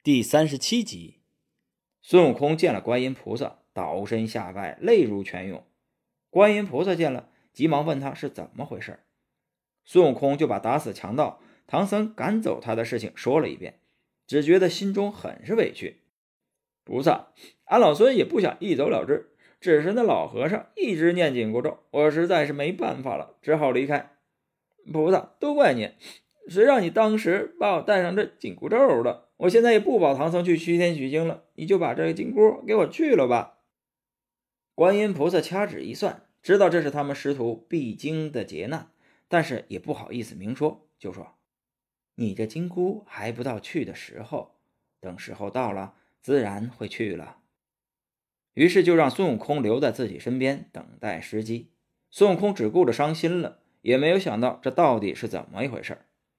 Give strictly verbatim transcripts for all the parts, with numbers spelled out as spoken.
第三十七集， 孙悟空见了观音菩萨，倒身下拜，泪如泉涌。观音菩萨见了，急忙问他是怎么回事。孙悟空就把打死强盗、唐僧赶走他的事情说了一遍，只觉得心中很是委屈。菩萨，俺老孙也不想一走了之，只是那老和尚一直念紧箍咒，我实在是没办法了，只好离开。菩萨，都怪你，谁让你当时把我带上这紧箍咒的？我现在也不保唐僧去西天取经了，你就把这个紧箍给我去了吧。观音菩萨掐指一算，知道这是他们师徒必经的劫难，但是也不好意思明说，就说：你这金箍还不到去的时候，等时候到了，自然会去了。于是就让孙悟空留在自己身边等待时机。孙悟空只顾着伤心了，也没有想到这到底是怎么一回事。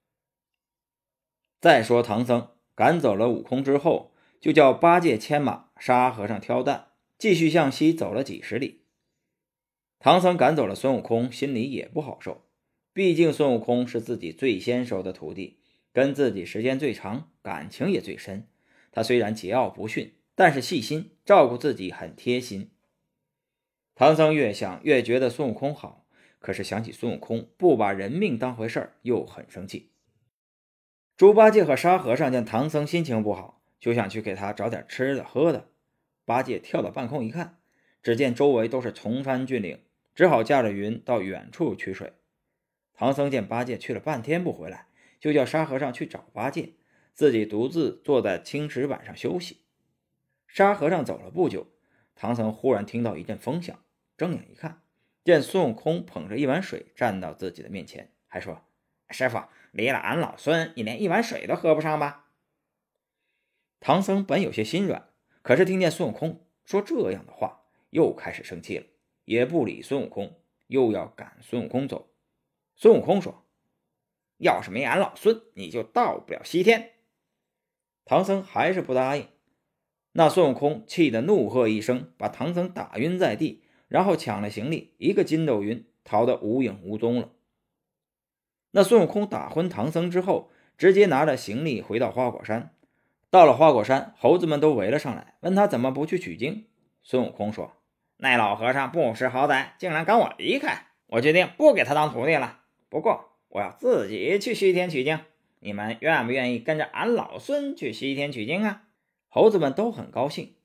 再说唐僧赶走了悟空之后，就叫八戒牵马，沙和尚挑担，继续向西走了几十里。唐僧赶走了孙悟空，心里也不好受，毕竟孙悟空是自己最先收的徒弟，跟自己时间最长，感情也最深。他虽然桀骜不驯，但是细心，照顾自己很贴心。唐僧越想越觉得孙悟空好，可是想起孙悟空不把人命当回事儿，又很生气。猪八戒和沙和尚见唐僧心情不好，就想去给他找点吃的喝的。八戒跳到半空一看，只见周围都是崇山峻岭，只好驾着云到远处取水。唐僧见八戒去了半天不回来，就叫沙和尚去找八戒，自己独自坐在青石板上休息。沙和尚走了不久，唐僧忽然听到一阵风响，睁眼一看，见孙悟空捧着一碗水站到自己的面前，还说：师傅，离了俺老孙，你连一碗水都喝不上吧？唐僧本有些心软，可是听见孙悟空说这样的话，又开始生气了，也不理孙悟空，又要赶孙悟空走。孙悟空说：要是没俺老孙，你就到不了西天。唐僧还是不答应。那孙悟空气得怒喝一声，把唐僧打晕在地，然后抢了行李，一个筋斗云逃得无影无踪了。那孙悟空打昏唐僧之后，直接拿着行李回到花果山。到了花果山，猴子们都围了上来，问他怎么不去取经。孙悟空说：那老和尚不识好歹，竟然赶我离开，我决定不给他当徒弟了。不过我要自己去西天取经，你们愿不愿意跟着俺老孙去西天取经啊？猴子们都很高兴。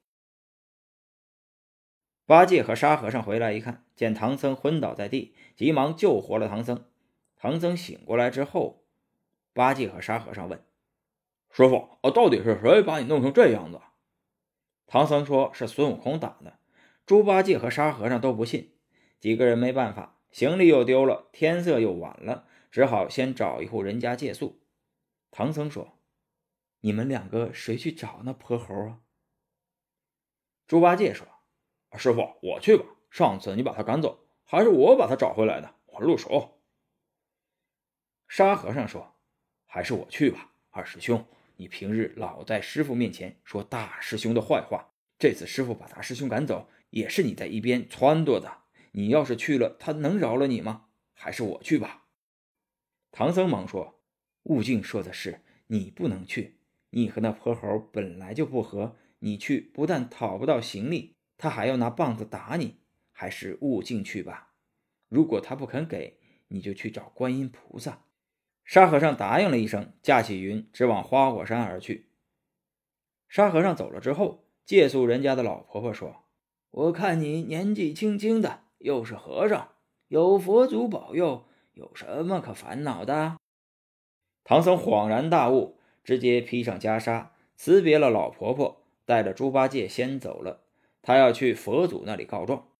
八戒和沙和尚回来一看，见唐僧昏倒在地，急忙救活了唐僧。唐僧醒过来之后，八戒和沙和尚问：师傅，到底是谁把你弄成这样子？唐僧说是孙悟空打的。猪八戒和沙和尚都不信，几个人没办法，行李又丢了，天色又晚了，只好先找一户人家借宿。唐僧说：你们两个谁去找那泼猴啊？猪八戒说：师傅，我去吧，上次你把他赶走，还是我把他找回来的，我入手。沙和尚说：还是我去吧，二师兄，你平日老在师傅面前说大师兄的坏话，这次师傅把大师兄赶走，也是你在一边撺掇的，你要是去了，他能饶了你吗？还是我去吧。唐僧忙说：悟净说的是，你不能去，你和那泼猴本来就不和，你去不但讨不到行李，他还要拿棒子打你，还是悟净去吧。如果他不肯给，你就去找观音菩萨。沙和尚答应了一声，驾起云直往花果山而去。沙和尚走了之后，借宿人家的老婆婆说：我看你年纪轻轻的，又是和尚，有佛祖保佑，有什么可烦恼的？唐僧恍然大悟，直接披上袈裟，辞别了老婆婆，带着猪八戒先走了，他要去佛祖那里告状。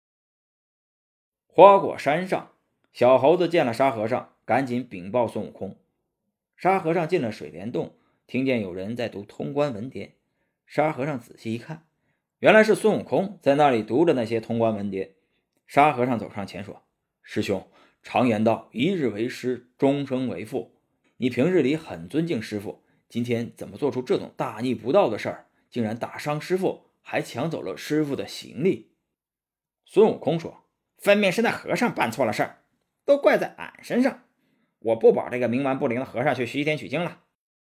花果山上，小猴子见了沙和尚，赶紧禀报孙悟空。沙和尚进了水帘洞，听见有人在读通关文牒。沙和尚仔细一看，原来是孙悟空在那里读着那些通关文牒。沙和尚走上前说：师兄，常言道，一日为师，终生为父，你平日里很尊敬师傅，今天怎么做出这种大逆不道的事儿，竟然打伤师傅，还抢走了师傅的行李？孙悟空说：分明是那和尚办错了事儿，都怪在俺身上，我不保这个冥顽不灵的和尚去西天取经了。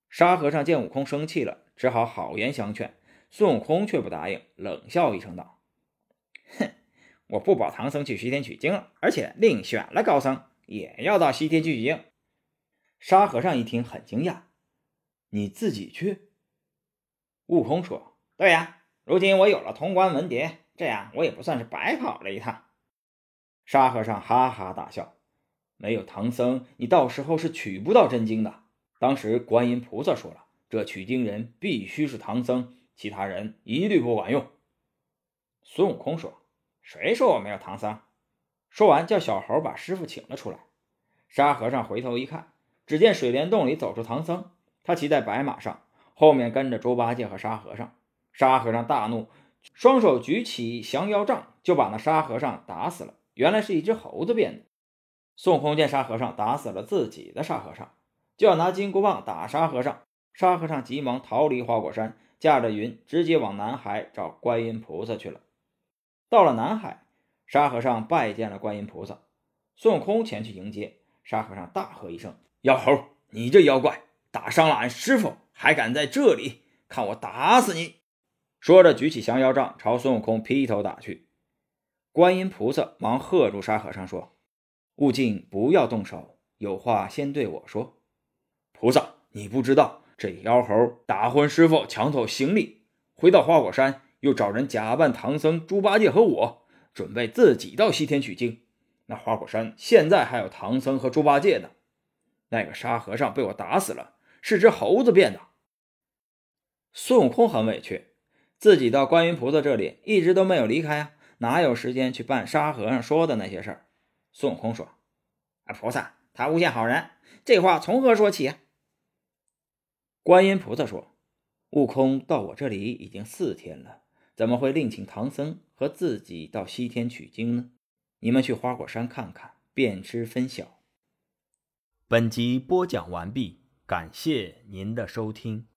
沙和尚见悟空生气了，只好好言相劝，孙悟空却不答应，冷笑一声道：哼，我不保唐僧去西天取经了，而且另选了高僧，也要到西天去取经。沙和尚一听很惊讶：你自己去？悟空说：对呀，如今我有了通关文牒，这样我也不算是白跑了一趟。沙和尚哈哈大笑：没有唐僧，你到时候是取不到真经的。当时观音菩萨说了，这取经人必须是唐僧，其他人一律不管用。孙悟空说：谁说我没有唐僧？说完叫小猴把师傅请了出来。沙和尚回头一看，只见水帘洞里走出唐僧，他骑在白马上，后面跟着猪八戒和沙和尚。沙和尚大怒，双手举起降妖杖，就把那沙和尚打死了，原来是一只猴子变的。孙悟空见沙和尚打死了自己的沙和尚，就要拿金箍棒打沙和尚。沙和尚急忙逃离花果山，驾着云直接往南海找观音菩萨去了。到了南海，沙和尚拜见了观音菩萨。孙悟空前去迎接，沙和尚大喝一声：妖猴，你这妖怪，打伤了俺师傅，还敢在这里，看我打死你！说着举起降妖杖朝孙悟空劈头打去。观音菩萨忙喝住沙和尚说：悟净不要动手，有话先对我说。菩萨，你不知道，这妖猴打昏师傅，抢走行李，回到花果山，又找人假扮唐僧、猪八戒和我，准备自己到西天取经。那花果山现在还有唐僧和猪八戒呢。那个沙和尚被我打死了，是只猴子变的。孙悟空很委屈，自己到观音菩萨这里一直都没有离开啊，哪有时间去办沙和尚说的那些事儿？孙悟空说：啊，菩萨，他诬陷好人，这话从何说起啊？观音菩萨说：悟空到我这里已经四天了，怎么会另请唐僧和自己到西天取经呢？你们去花果山看看，便知分晓。 本集播讲完毕，感谢您的收听。